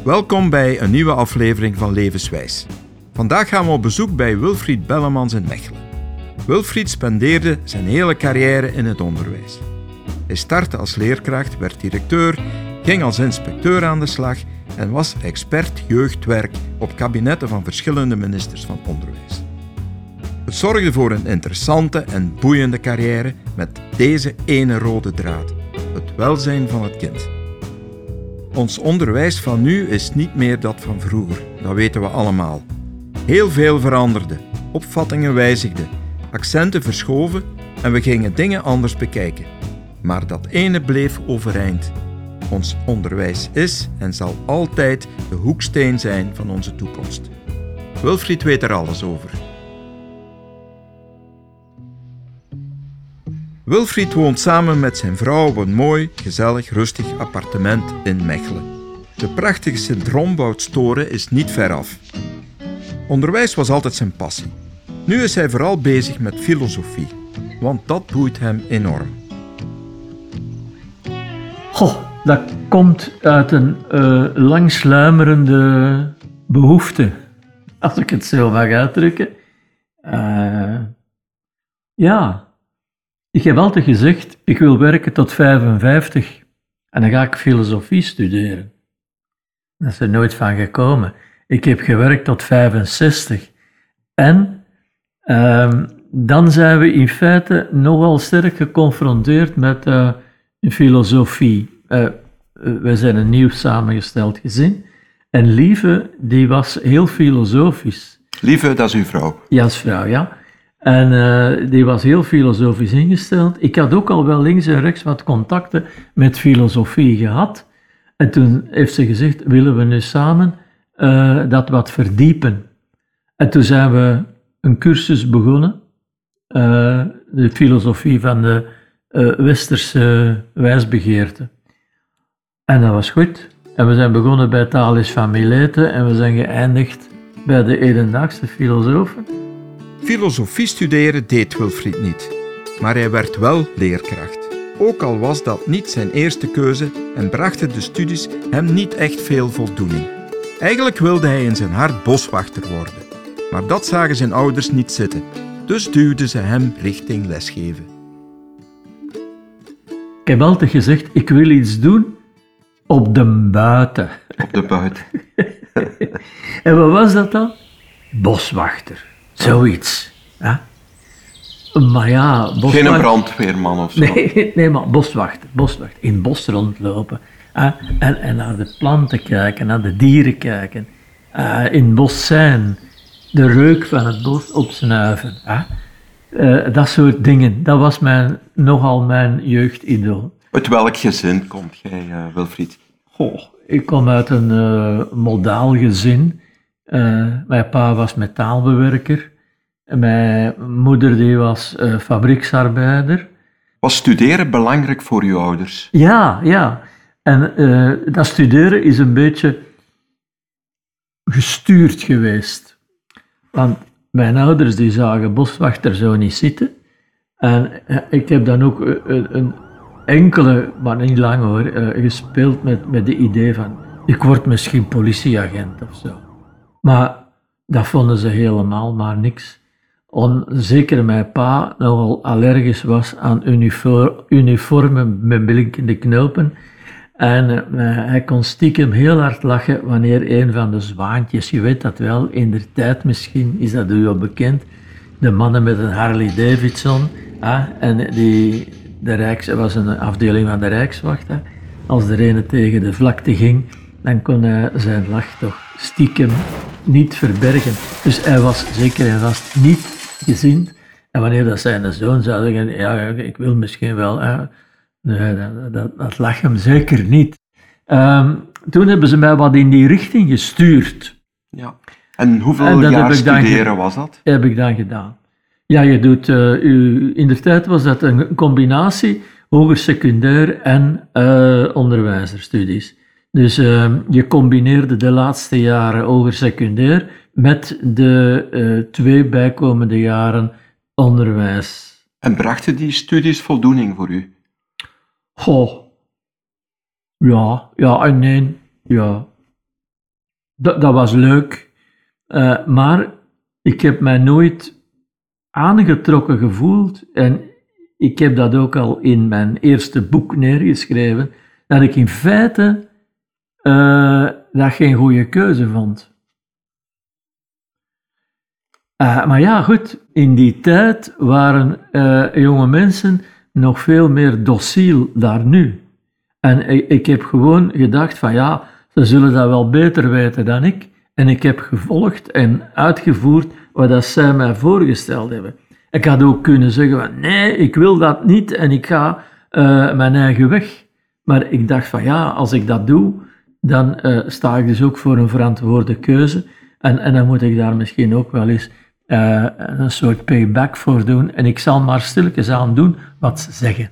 Welkom bij een nieuwe aflevering van Levenswijs. Vandaag gaan we op bezoek bij Wilfried Bellemans in Mechelen. Wilfried spendeerde zijn hele carrière in het onderwijs. Hij startte als leerkracht, werd directeur, ging als inspecteur aan de slag en was expert jeugdwerk op kabinetten van verschillende ministers van Onderwijs. Het zorgde voor een interessante en boeiende carrière met deze ene rode draad: het welzijn van het kind. Ons onderwijs van nu is niet meer dat van vroeger, dat weten we allemaal. Heel veel veranderde, opvattingen wijzigden, accenten verschoven en we gingen dingen anders bekijken. Maar dat ene bleef overeind. Ons onderwijs is en zal altijd de hoeksteen zijn van onze toekomst. Wilfried weet er alles over. Wilfried woont samen met zijn vrouw op een mooi, gezellig, rustig appartement in Mechelen. De prachtige Sint-Romboudstoren is niet ver af. Onderwijs was altijd zijn passie. Nu is hij vooral bezig met filosofie, want dat boeit hem enorm. Dat komt uit een lang sluimerende behoefte, als ik het zo mag uitdrukken. Ik heb altijd gezegd, ik wil werken tot 55 en dan ga ik filosofie studeren. Dat is er nooit van gekomen. Ik heb gewerkt tot 65 en dan zijn we in feite nogal sterk geconfronteerd met filosofie. We zijn een nieuw samengesteld gezin en Lieve, die was heel filosofisch. Lieve, dat is uw vrouw. Ja, als vrouw, ja. En die was heel filosofisch ingesteld. Ik had ook al wel links en rechts wat contacten met filosofie gehad. En toen heeft ze gezegd, willen we nu samen dat wat verdiepen. En toen zijn we een cursus begonnen. De filosofie van de westerse wijsbegeerte. En dat was goed. En we zijn begonnen bij Thales van Mileto en we zijn geëindigd bij de hedendaagse filosofen. Filosofie studeren deed Wilfried niet, maar hij werd wel leerkracht. Ook al was dat niet zijn eerste keuze en brachten de studies hem niet echt veel voldoening. Eigenlijk wilde hij in zijn hart boswachter worden, maar dat zagen zijn ouders niet zitten, dus duwden ze hem richting lesgeven. Ik heb altijd gezegd, ik wil iets doen op de buiten. Op de buiten. En wat was dat dan? Boswachter. Zoiets. Ja. Maar ja, boswachter. Geen brandweerman of zo. Nee, maar boswachter. In het bos rondlopen. En naar de planten kijken, naar de dieren kijken. In het bos zijn. De reuk van het bos opsnuiven. Dat soort dingen. Dat was nogal mijn jeugdidool. Uit welk gezin komt jij, Wilfried? Ik kom uit een modaal gezin. Mijn pa was metaalbewerker. Mijn moeder die was fabrieksarbeider. Was studeren belangrijk voor uw ouders? Ja. En dat studeren is een beetje gestuurd geweest. Want mijn ouders die zagen boswachter zo niet zitten. En ik heb dan ook een enkele, maar niet lang hoor, gespeeld met de idee van ik word misschien politieagent of zo. Maar dat vonden ze helemaal maar niks. Zeker mijn pa nogal allergisch was aan uniformen met blinkende knopen. En hij kon stiekem heel hard lachen wanneer een van de zwaantjes, je weet dat wel, in der tijd misschien is dat u al bekend, de mannen met een Harley Davidson, en er was een afdeling van de Rijkswacht. Als er ene tegen de vlakte ging, dan kon hij zijn lach toch stiekem niet verbergen. Dus hij was zeker en vast niet gezind. En wanneer dat zijn zoon zou zeggen, ja, ik wil misschien wel, nee, dat lag hem zeker niet. Toen hebben ze mij wat in die richting gestuurd. Ja. En hoeveel jaar studeren was dat? Heb ik dan gedaan. Ja, je doet, in de tijd was dat een combinatie hoger secundair en onderwijzerstudies. Dus je combineerde de laatste jaren hoger secundair met de 2 bijkomende jaren onderwijs. En brachten die studies voldoening voor u? Ja en nee. Ja. Dat was leuk, maar ik heb mij nooit aangetrokken gevoeld en ik heb dat ook al in mijn eerste boek neergeschreven, dat ik in feite dat geen goede keuze vond. Maar ja, goed, in die tijd waren jonge mensen nog veel meer dociel dan nu. En ik heb gewoon gedacht van ja, ze zullen dat wel beter weten dan ik. En ik heb gevolgd en uitgevoerd wat dat zij mij voorgesteld hebben. Ik had ook kunnen zeggen van nee, ik wil dat niet en ik ga mijn eigen weg. Maar ik dacht van ja, als ik dat doe, dan sta ik dus ook voor een verantwoorde keuze. En dan moet ik daar misschien ook wel eens een soort payback voor doen. En ik zal maar stilletjes aan doen wat ze zeggen.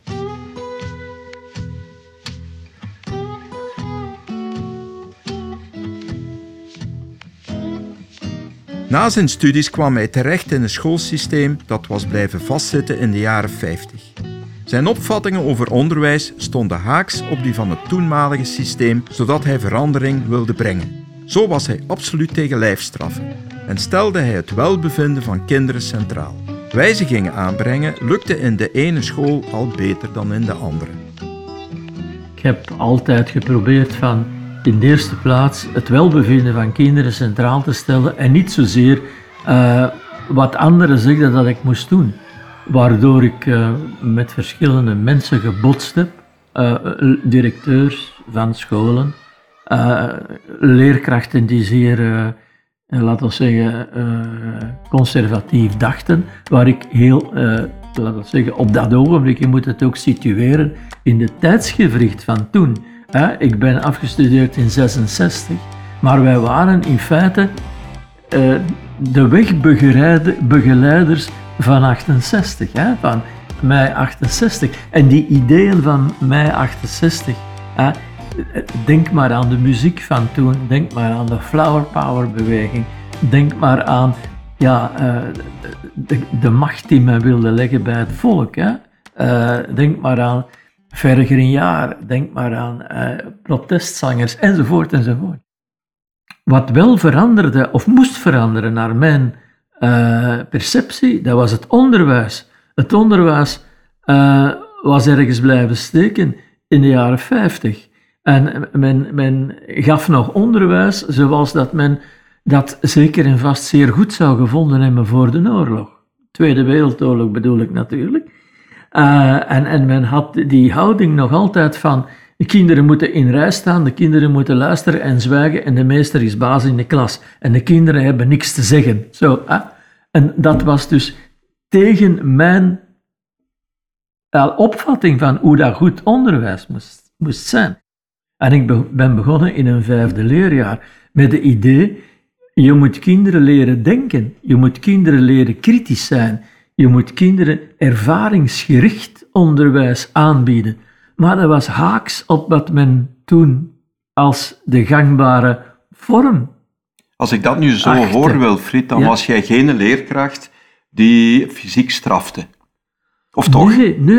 Na zijn studies kwam hij terecht in een schoolsysteem dat was blijven vastzitten in de jaren 50. Zijn opvattingen over onderwijs stonden haaks op die van het toenmalige systeem, zodat hij verandering wilde brengen. Zo was hij absoluut tegen lijfstraffen en stelde hij het welbevinden van kinderen centraal. Wijzigingen aanbrengen lukte in de ene school al beter dan in de andere. Ik heb altijd geprobeerd van in de eerste plaats het welbevinden van kinderen centraal te stellen en niet zozeer wat anderen zeggen dat ik moest doen. Waardoor ik met verschillende mensen gebotst heb, directeurs van scholen, leerkrachten die zeer, laten we zeggen, conservatief dachten, waar ik heel, laten we zeggen, op dat ogenblik, je moet het ook situeren in de tijdsgewricht van toen. Ik ben afgestudeerd in 66, maar wij waren in feite de wegbegeleiders van 68, van mei 68. En die ideeën van mei 68, denk maar aan de muziek van toen, denk maar aan de Flower Power beweging, denk maar aan de macht die men wilde leggen bij het volk. Denk maar aan Vergrignard, denk maar aan protestzangers, enzovoort, enzovoort. Wat wel veranderde, of moest veranderen naar mijn perceptie, dat was het onderwijs. Het onderwijs was ergens blijven steken in de jaren 50. En men gaf nog onderwijs zoals dat men dat zeker en vast zeer goed zou gevonden hebben voor de oorlog. Tweede Wereldoorlog bedoel ik natuurlijk. En men had die houding nog altijd van de kinderen moeten in rij staan, de kinderen moeten luisteren en zwijgen en de meester is baas in de klas. En de kinderen hebben niks te zeggen. En dat was dus tegen mijn opvatting van hoe dat goed onderwijs moest zijn. En ik ben begonnen in een 5e leerjaar met het idee, je moet kinderen leren denken, je moet kinderen leren kritisch zijn, je moet kinderen ervaringsgericht onderwijs aanbieden. Maar dat was haaks op wat men toen als de gangbare vorm. Als ik dat nu zo hoor, Wilfried, dan was jij geen leerkracht die fysiek strafte. Of toch?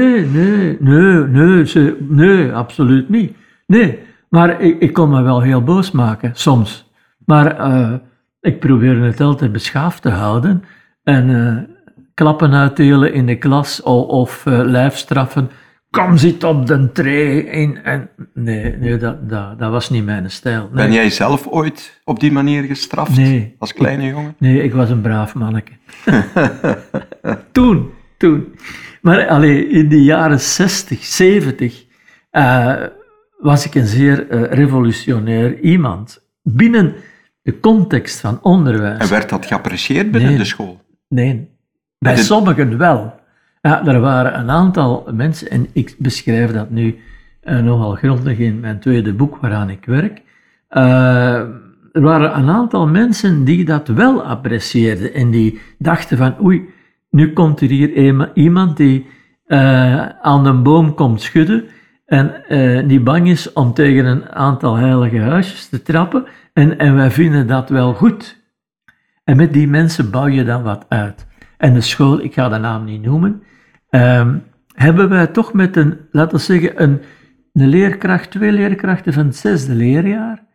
Nee, absoluut niet. Nee, maar ik kon me wel heel boos maken, soms. Maar ik probeerde het altijd beschaafd te houden. En klappen uitdelen in de klas of lijfstraffen. Kom, zit op de tree. Nee, dat was niet mijn stijl. Nee. Ben jij zelf ooit op die manier gestraft? Nee. Als kleine jongen? Nee, ik was een braaf manneke. Toen. Maar in de jaren 60, 70 was ik een zeer revolutionair iemand. Binnen de context van onderwijs. En werd dat geapprecieerd binnen de school? Nee, bij sommigen wel. Ja, er waren een aantal mensen, en ik beschrijf dat nu nogal grondig in mijn tweede boek waaraan ik werk. Er waren een aantal mensen die dat wel apprecieerden en die dachten van oei, nu komt er hier iemand die aan de boom komt schudden en die bang is om tegen een aantal heilige huisjes te trappen en wij vinden dat wel goed. En met die mensen bouw je dan wat uit. En de school, ik ga de naam niet noemen, hebben wij toch met een, laten we zeggen, een leerkracht, 2 leerkrachten van het 6e leerjaar,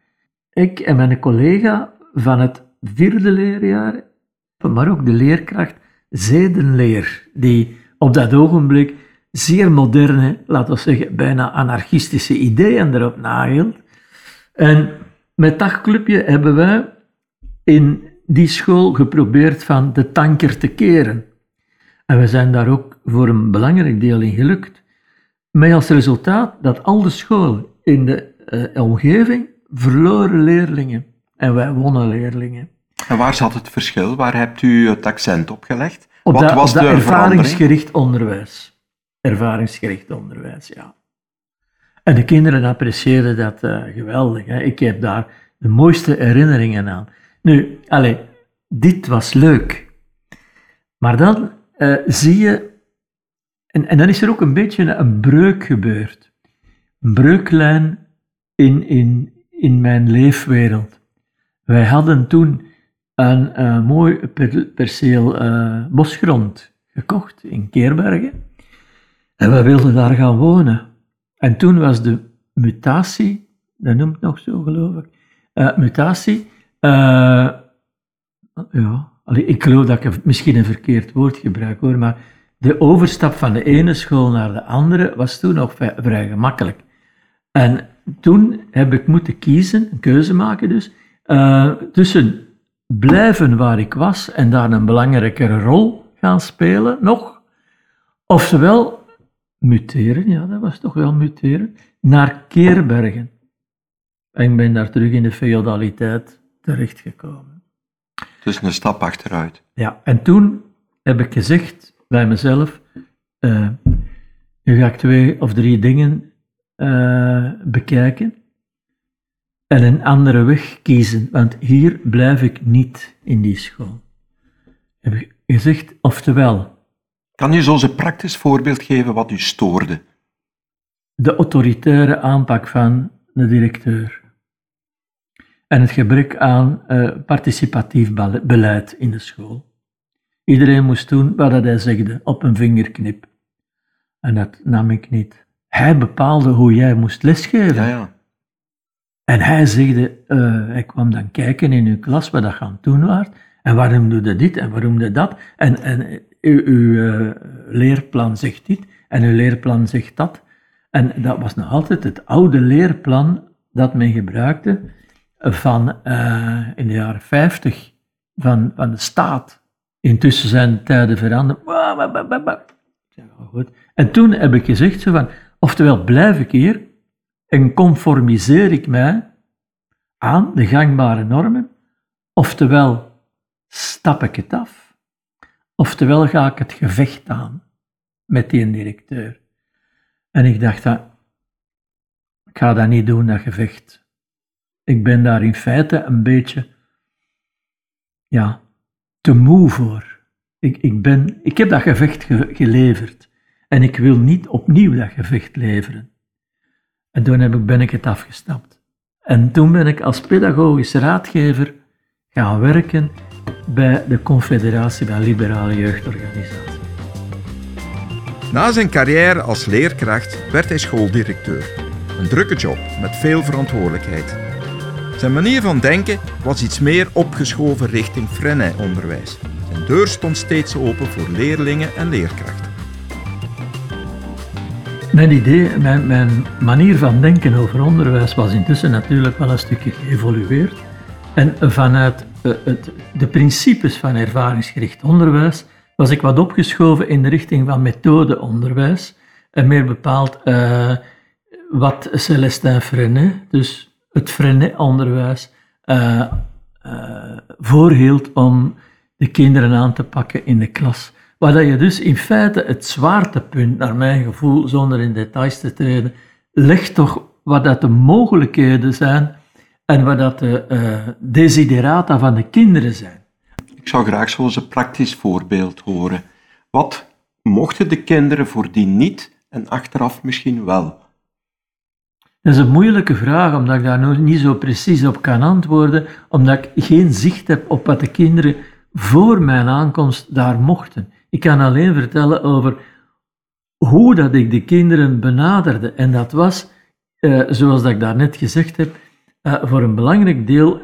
ik en mijn collega van het 4e leerjaar, maar ook de leerkracht zedenleer, die op dat ogenblik zeer moderne, laten we zeggen, bijna anarchistische ideeën erop nahield. En met dat clubje hebben wij in die school geprobeerd van de tanker te keren. En we zijn daar ook voor een belangrijk deel in gelukt. Met als resultaat dat al de scholen in de omgeving verloren leerlingen. En wij wonnen leerlingen. En waar zat het verschil? Waar hebt u het accent op gelegd? Op Wat was dat de ervaringsgericht onderwijs. Ervaringsgericht onderwijs, ja. En de kinderen appreciëren dat geweldig. Hè. Ik heb daar de mooiste herinneringen aan. Nu, dit was leuk. Maar dan zie je... En dan is er ook een beetje een breuk gebeurd. Een breuklijn in mijn leefwereld. Wij hadden toen een mooi perceel bosgrond gekocht in Keerbergen. En we wilden daar gaan wonen. En toen was de mutatie, dat noemt het nog zo geloof ik, ik geloof dat ik misschien een verkeerd woord gebruik hoor, maar de overstap van de ene school naar de andere was toen nog vrij gemakkelijk. En toen heb ik moeten kiezen, een keuze maken dus, tussen blijven waar ik was en daar een belangrijkere rol gaan spelen nog, oftewel muteren, ja, dat was toch wel muteren, naar Keerbergen. En ik ben daar terug in de feodaliteit terechtgekomen. Dus een stap achteruit. Ja, en toen heb ik gezegd bij mezelf, nu ga ik 2 of 3 dingen bekijken en een andere weg kiezen, want hier blijf ik niet in die school. Heb ik gezegd, oftewel... Kan u zo'n praktisch voorbeeld geven wat u stoorde? De autoritaire aanpak van de directeur. En het gebrek aan participatief beleid in de school. Iedereen moest doen wat hij zegde, op een vingerknip. En dat nam ik niet. Hij bepaalde hoe jij moest lesgeven. Ja. En hij zegde, hij kwam dan kijken in uw klas wat dat gaan doen waard. En waarom doe je dit en waarom doe je dat? En uw leerplan zegt dit en uw leerplan zegt dat. En dat was nog altijd het oude leerplan dat men gebruikte van in de jaren 50 van de staat. Intussen zijn de tijden veranderd. Ja, goed. En toen heb ik gezegd, zo van, oftewel blijf ik hier en conformiseer ik mij aan de gangbare normen, oftewel stap ik het af, oftewel ga ik het gevecht aan met die directeur. En ik dacht, ik ga dat niet doen, dat gevecht. Ik ben daar in feite een beetje, te moe voor. Ik heb dat gevecht geleverd en ik wil niet opnieuw dat gevecht leveren. En toen ben ik het afgestapt. En toen ben ik als pedagogisch raadgever gaan werken bij de Confederatie van Liberale Jeugdorganisaties. Na zijn carrière als leerkracht werd hij schooldirecteur. Een drukke job met veel verantwoordelijkheid. Zijn manier van denken was iets meer opgeschoven richting Freinet-onderwijs. Zijn deur stond steeds open voor leerlingen en leerkrachten. Mijn manier van denken over onderwijs was intussen natuurlijk wel een stukje geëvolueerd. En vanuit de principes van ervaringsgericht onderwijs was ik wat opgeschoven in de richting van methodeonderwijs. En meer bepaald wat Célestin Freinet, dus het Freinet-onderwijs, voorhield om de kinderen aan te pakken in de klas. Waar je dus in feite het zwaartepunt, naar mijn gevoel, zonder in details te treden, legt toch wat dat de mogelijkheden zijn en wat dat de desiderata van de kinderen zijn. Ik zou graag zo'n praktisch voorbeeld horen. Wat mochten de kinderen voordien niet en achteraf misschien wel? Dat is een moeilijke vraag, omdat ik daar nog niet zo precies op kan antwoorden, omdat ik geen zicht heb op wat de kinderen voor mijn aankomst daar mochten. Ik kan alleen vertellen over hoe dat ik de kinderen benaderde. En dat was, zoals dat ik daarnet gezegd heb, voor een belangrijk deel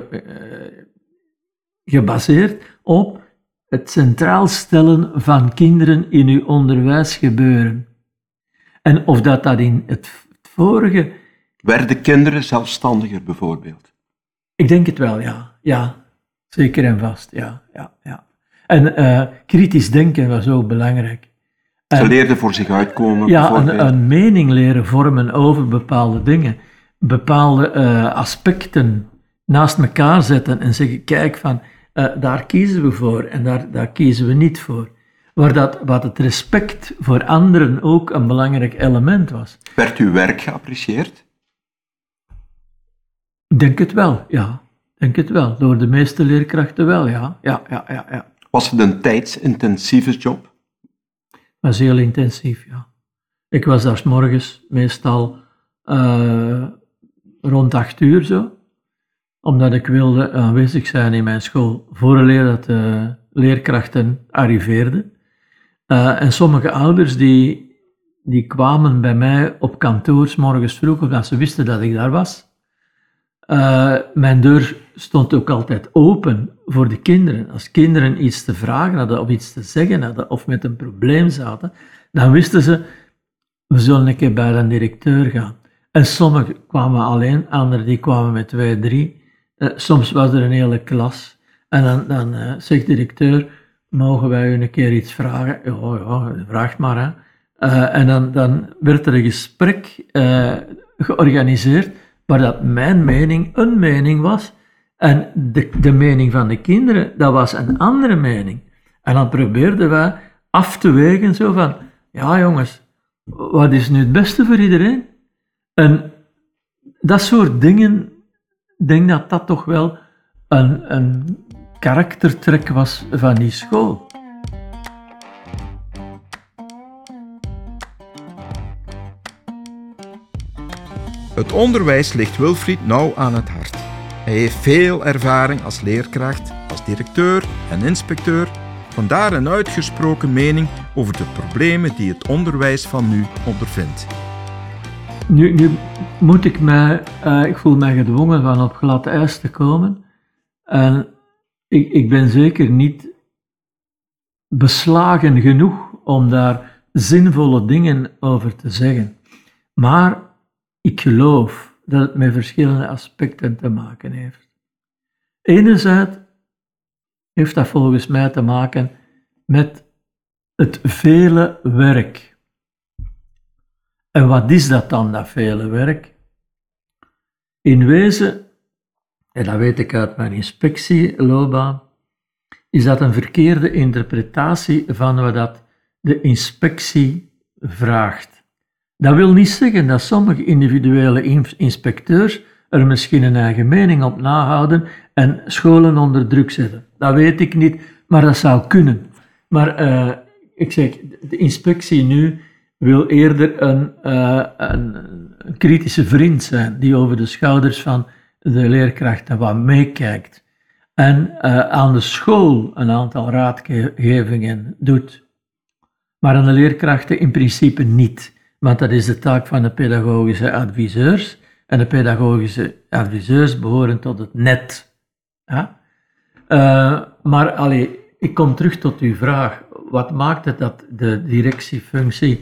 gebaseerd op het centraal stellen van kinderen in uw onderwijsgebeuren. En of dat in het vorige... Werden kinderen zelfstandiger bijvoorbeeld? Ik denk het wel, ja. Ja, zeker en vast, ja. En kritisch denken was ook belangrijk. Ze leerden voor zich uitkomen, ja, bijvoorbeeld. een mening leren vormen over bepaalde dingen. Bepaalde aspecten naast elkaar zetten en zeggen, kijk, daar kiezen we voor en daar kiezen we niet voor. Wat het respect voor anderen ook een belangrijk element was. Werd uw werk geapprecieerd? Ik denk het wel, ja. Denk het wel. Door de meeste leerkrachten wel, ja. Ja. Was het een tijdsintensieve job? Was heel intensief, ja. Ik was daar 's morgens meestal rond 8 uur zo, omdat ik wilde aanwezig zijn in mijn school vooraleer dat de leerkrachten arriveerden. En sommige ouders die kwamen bij mij op kantoor 's morgens vroeg, omdat ze wisten dat ik daar was. Mijn deur stond ook altijd open voor de kinderen. Als kinderen iets te vragen hadden of iets te zeggen hadden of met een probleem zaten, dan wisten ze, we zullen een keer bij de directeur gaan. En sommigen kwamen alleen, anderen die kwamen met 2, 3. Soms was er een hele klas. En dan zegt de directeur, mogen wij u een keer iets vragen? Ja, vraag maar. Hè. En dan werd er een gesprek georganiseerd waar dat mijn mening een mening was en de mening van de kinderen, dat was een andere mening. En dan probeerden wij af te wegen zo van, ja jongens, wat is nu het beste voor iedereen? En dat soort dingen, ik denk dat dat toch wel een karaktertrek was van die school. Het onderwijs ligt Wilfried nauw aan het hart. Hij heeft veel ervaring als leerkracht, als directeur en inspecteur. Vandaar een uitgesproken mening over de problemen die het onderwijs van nu ondervindt. Nu moet ik ik voel mij gedwongen van op glad ijs te komen. En ik ben zeker niet beslagen genoeg om daar zinvolle dingen over te zeggen. Maar ik geloof dat het met verschillende aspecten te maken heeft. Enerzijds heeft dat volgens mij te maken met het vele werk. En wat is dat dan, dat vele werk? In wezen, en dat weet ik uit mijn inspectieloopbaan, is dat een verkeerde interpretatie van wat dat de inspectie vraagt. Dat wil niet zeggen dat sommige individuele inspecteurs er misschien een eigen mening op nahouden en scholen onder druk zetten. Dat weet ik niet, maar dat zou kunnen. Maar ik zeg, de inspectie nu wil eerder een kritische vriend zijn die over de schouders van de leerkrachten wat meekijkt en aan de school een aantal raadgevingen doet. Maar aan de leerkrachten in principe niet. Want dat is de taak van de pedagogische adviseurs. En de pedagogische adviseurs behoren tot het net. Ja? Maar ik kom terug tot uw vraag. Wat maakt het dat de directiefunctie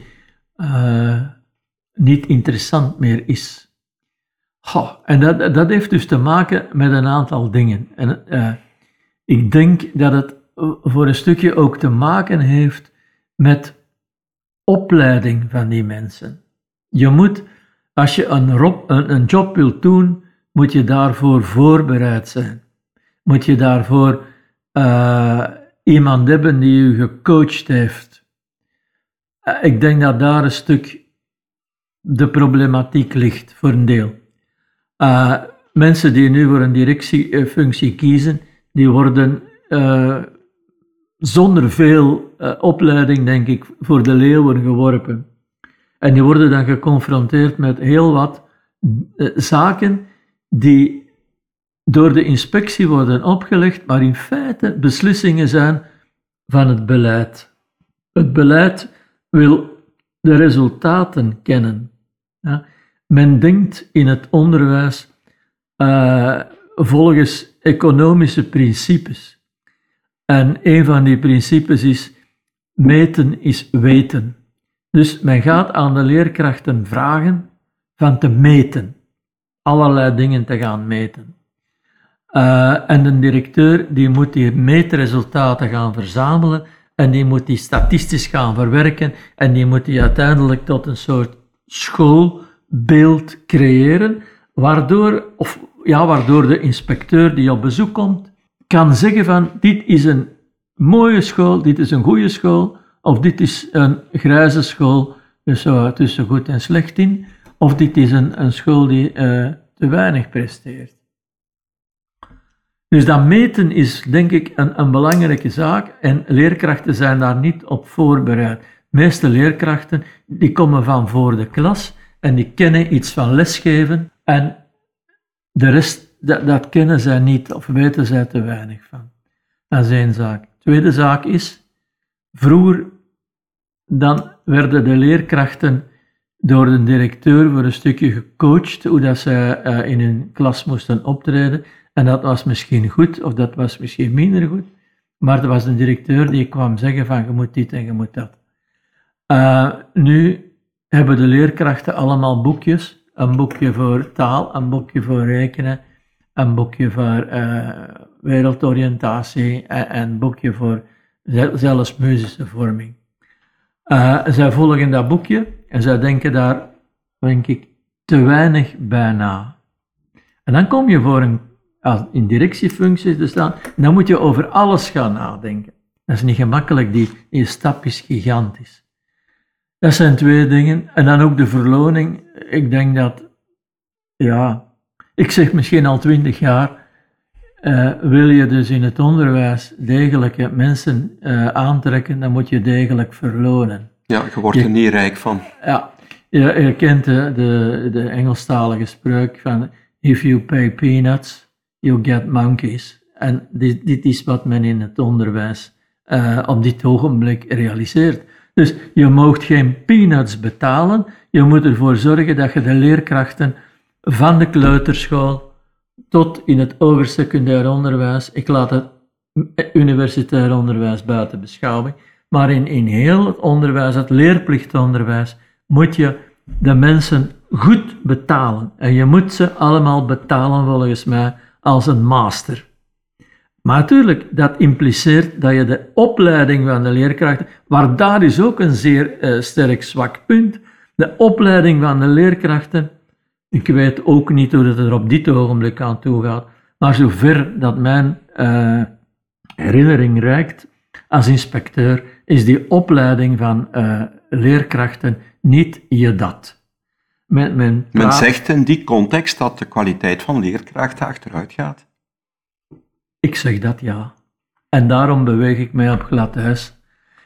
niet interessant meer is? En dat heeft dus te maken met een aantal dingen. En ik denk dat het voor een stukje ook te maken heeft met opleiding van die mensen. Je moet, als je een job wilt doen, moet je daarvoor voorbereid zijn. Moet je daarvoor iemand hebben die je gecoacht heeft. Ik denk dat daar een stuk de problematiek ligt, voor een deel. Mensen die nu voor een directiefunctie kiezen, die worden zonder veel opleiding, denk ik, voor de leeuwen geworpen. En die worden dan geconfronteerd met heel wat zaken die door de inspectie worden opgelegd, maar in feite beslissingen zijn van het beleid. Het beleid wil de resultaten kennen. Ja. Men denkt in het onderwijs volgens economische principes. En een van die principes is, meten is weten. Dus men gaat aan de leerkrachten vragen van te meten. Allerlei dingen te gaan meten. En de directeur die moet die meetresultaten gaan verzamelen en die moet die statistisch gaan verwerken en die moet die uiteindelijk tot een soort schoolbeeld creëren, waardoor de inspecteur die op bezoek komt kan zeggen van dit is een mooie school, dit is een goede school, of dit is een grijze school, dus zo tussen goed en slecht in, of dit is een school die te weinig presteert. Dus dat meten is denk ik een belangrijke zaak en leerkrachten zijn daar niet op voorbereid. De meeste leerkrachten die komen van voor de klas en die kennen iets van lesgeven en de rest, dat kennen zij niet of weten zij te weinig van. Dat is één zaak. Tweede zaak is, vroeger dan werden de leerkrachten door de directeur voor een stukje gecoacht hoe dat zij in hun klas moesten optreden. En dat was misschien goed, of dat was misschien minder goed. Maar er was de directeur die kwam zeggen van, je moet dit en je moet dat. Nu hebben de leerkrachten allemaal boekjes. Een boekje voor taal, een boekje voor rekenen, een boekje voor wereldoriëntatie en een boekje voor zelfs muzische vorming. Zij volgen dat boekje en zij denken daar, denk ik, te weinig bij na. En dan kom je voor in directiefuncties te staan, dan moet je over alles gaan nadenken. Dat is niet gemakkelijk, die stap is gigantisch. Dat zijn twee dingen. En dan ook de verloning. Ik denk dat, ik zeg misschien al 20 jaar, wil je dus in het onderwijs degelijke mensen aantrekken, dan moet je degelijk verlonen. Ja, je wordt er niet rijk van. Ja, je kent de Engelstalige spreuk van if you pay peanuts, you get monkeys. En dit is wat men in het onderwijs op dit ogenblik realiseert. Dus je mag geen peanuts betalen, je moet ervoor zorgen dat je de leerkrachten van de kleuterschool tot in het oversecundair onderwijs, ik laat het universitair onderwijs buiten beschouwing, maar in heel het onderwijs, het leerplichtonderwijs, moet je de mensen goed betalen. En je moet ze allemaal betalen volgens mij als een master. Maar natuurlijk, dat impliceert dat je de opleiding van de leerkrachten, waar daar is ook een zeer sterk zwak punt, de opleiding van de leerkrachten, ik weet ook niet hoe het er op dit ogenblik aan toe gaat, maar zover dat mijn herinnering reikt als inspecteur, is die opleiding van leerkrachten niet je dat. Men zegt in die context dat de kwaliteit van leerkrachten achteruit gaat. Ik zeg dat ja. En daarom beweeg ik mij op glad ijs.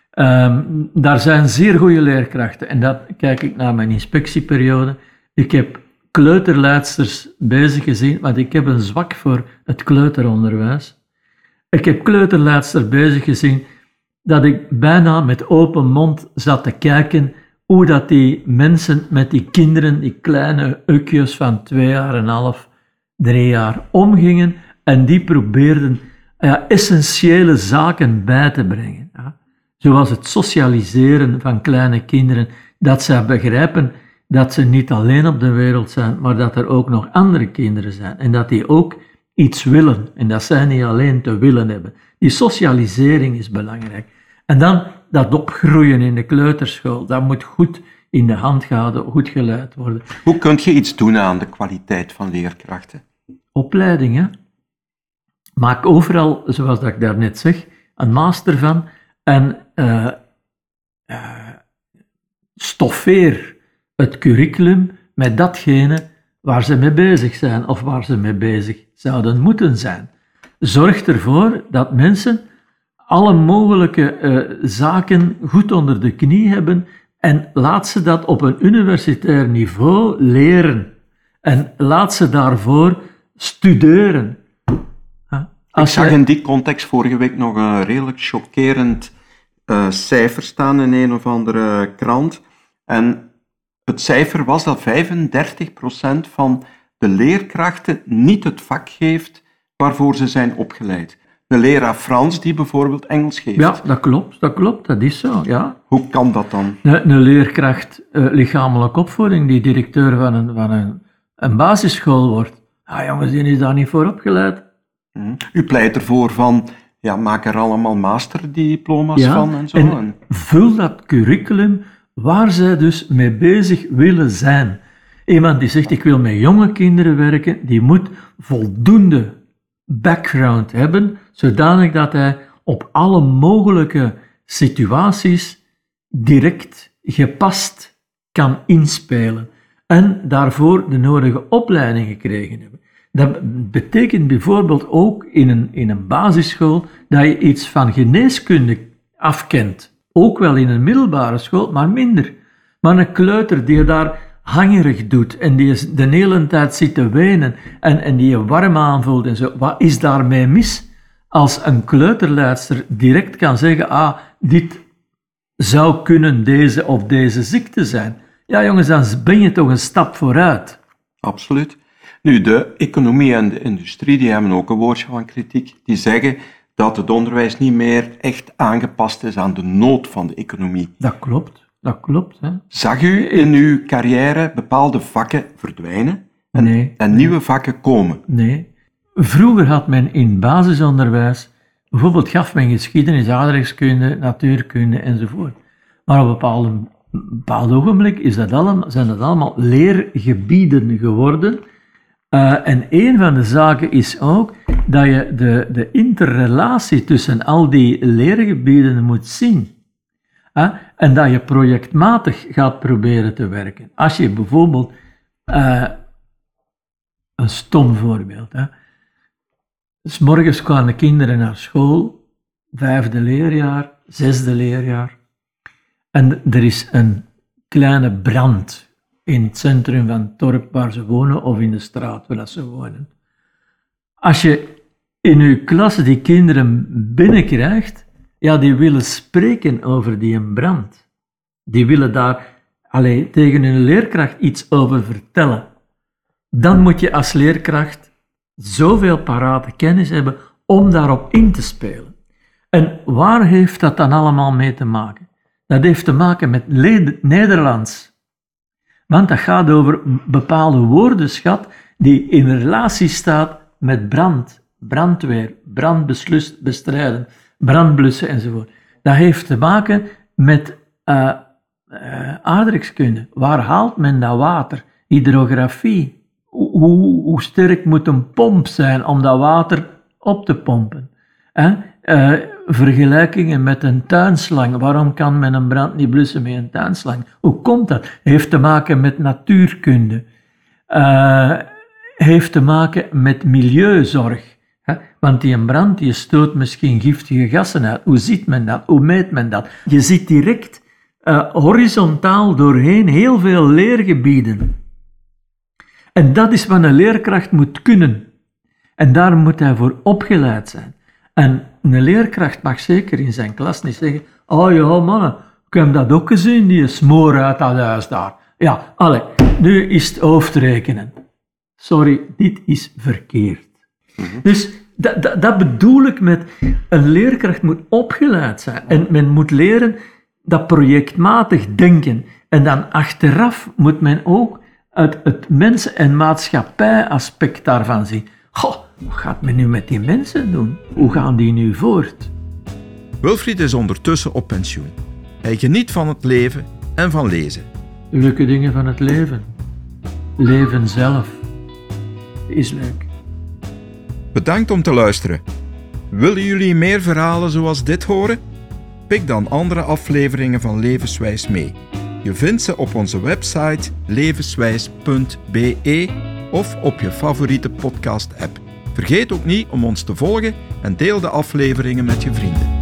Daar zijn zeer goede leerkrachten. En dat kijk ik naar mijn inspectieperiode. Ik heb kleuterleidsters bezig gezien, want ik heb een zwak voor het kleuteronderwijs. Ik heb kleuterleidsters bezig gezien dat ik bijna met open mond zat te kijken hoe dat die mensen met die kinderen, die kleine ukjes van 2,5 jaar, 3 jaar omgingen en die probeerden essentiële zaken bij te brengen. Zoals het socialiseren van kleine kinderen, dat zij begrijpen dat ze niet alleen op de wereld zijn, maar dat er ook nog andere kinderen zijn en dat die ook iets willen en dat zij niet alleen te willen hebben. Die socialisering is belangrijk. En dan dat opgroeien in de kleuterschool, dat moet goed in de hand gehouden, goed geleid worden. Hoe kun je iets doen aan de kwaliteit van leerkrachten? Opleidingen. Maak overal, zoals dat ik daarnet zeg, een master van en stoffeer het curriculum met datgene waar ze mee bezig zijn of waar ze mee bezig zouden moeten zijn. Zorg ervoor dat mensen alle mogelijke zaken goed onder de knie hebben en laat ze dat op een universitair niveau leren. En laat ze daarvoor studeren. Ik zag in die context vorige week nog een redelijk chockerend cijfer staan in een of andere krant. En het cijfer was dat 35% van de leerkrachten niet het vak geeft waarvoor ze zijn opgeleid. De leraar Frans die bijvoorbeeld Engels geeft. Ja, dat klopt, dat is zo, ja. Hoe kan dat dan? Een leerkracht lichamelijke opvoeding die directeur van een basisschool wordt. Ah jongens, die is daar niet voor opgeleid. U pleit ervoor van, maak er allemaal masterdiploma's van en zo. En vul dat curriculum waar zij dus mee bezig willen zijn. Iemand die zegt, ik wil met jonge kinderen werken, die moet voldoende background hebben, zodanig dat hij op alle mogelijke situaties direct gepast kan inspelen en daarvoor de nodige opleiding gekregen hebben. Dat betekent bijvoorbeeld ook in een basisschool dat je iets van geneeskunde afkent. Ook wel in een middelbare school, maar minder. Maar een kleuter die je daar hangerig doet en die de hele tijd zit te wenen en die je warm aanvoelt en zo, wat is daarmee mis? Als een kleuterleidster direct kan zeggen, dit zou kunnen deze of deze ziekte zijn. Ja jongens, dan ben je toch een stap vooruit. Absoluut. Nu, de economie en de industrie die hebben ook een woordje van kritiek. Die zeggen dat het onderwijs niet meer echt aangepast is aan de nood van de economie. Dat klopt. Hè. Zag u in uw carrière bepaalde vakken verdwijnen en nieuwe vakken komen? Nee. Vroeger had men in basisonderwijs, bijvoorbeeld gaf men geschiedenis, aardrijkskunde, natuurkunde enzovoort. Maar op een bepaald ogenblik zijn dat allemaal leergebieden geworden. En een van de zaken is ook dat je de interrelatie tussen al die leergebieden moet zien. En dat je projectmatig gaat proberen te werken. Als je bijvoorbeeld, een stom voorbeeld, 's morgens kwamen de kinderen naar school, 5e leerjaar, 6e leerjaar, en er is een kleine brand in het centrum van het dorp waar ze wonen of in de straat waar ze wonen. Als je in je klas die kinderen binnenkrijgt, die willen spreken over die brand. Die willen daar tegen hun leerkracht iets over vertellen. Dan moet je als leerkracht zoveel parate kennis hebben om daarop in te spelen. En waar heeft dat dan allemaal mee te maken? Dat heeft te maken met Nederlands. Want dat gaat over een bepaalde woordenschat die in relatie staat met brand, brandweer, brandbestrijden, brandblussen enzovoort. Dat heeft te maken met aardrijkskunde. Waar haalt men dat water? Hydrografie. Hoe sterk moet een pomp zijn om dat water op te pompen? Vergelijkingen met een tuinslang. Waarom kan men een brand niet blussen met een tuinslang? Hoe komt dat? Heeft te maken met natuurkunde. Heeft te maken met milieuzorg. Want die brand die stoot misschien giftige gassen uit. Hoe ziet men dat? Hoe meet men dat? Je ziet direct horizontaal doorheen heel veel leergebieden. En dat is wat een leerkracht moet kunnen. En daar moet hij voor opgeleid zijn. En een leerkracht mag zeker in zijn klas niet zeggen, mannen, ik heb dat ook gezien, die smoor uit dat huis daar. Nu is het hoofdrekenen. Sorry, dit is verkeerd. Dus dat bedoel ik met, een leerkracht moet opgeleid zijn. En men moet leren dat projectmatig denken. En dan achteraf moet men ook het mensen- en maatschappij-aspect daarvan zien. Wat gaat men nu met die mensen doen? Hoe gaan die nu voort? Wilfried is ondertussen op pensioen. Hij geniet van het leven en van lezen. Leuke dingen van het leven. Leven zelf is leuk. Bedankt om te luisteren. Willen jullie meer verhalen zoals dit horen? Pik dan andere afleveringen van Levenswijs mee. Je vindt ze op onze website levenswijs.be of op je favoriete podcast-app. Vergeet ook niet om ons te volgen en deel de afleveringen met je vrienden.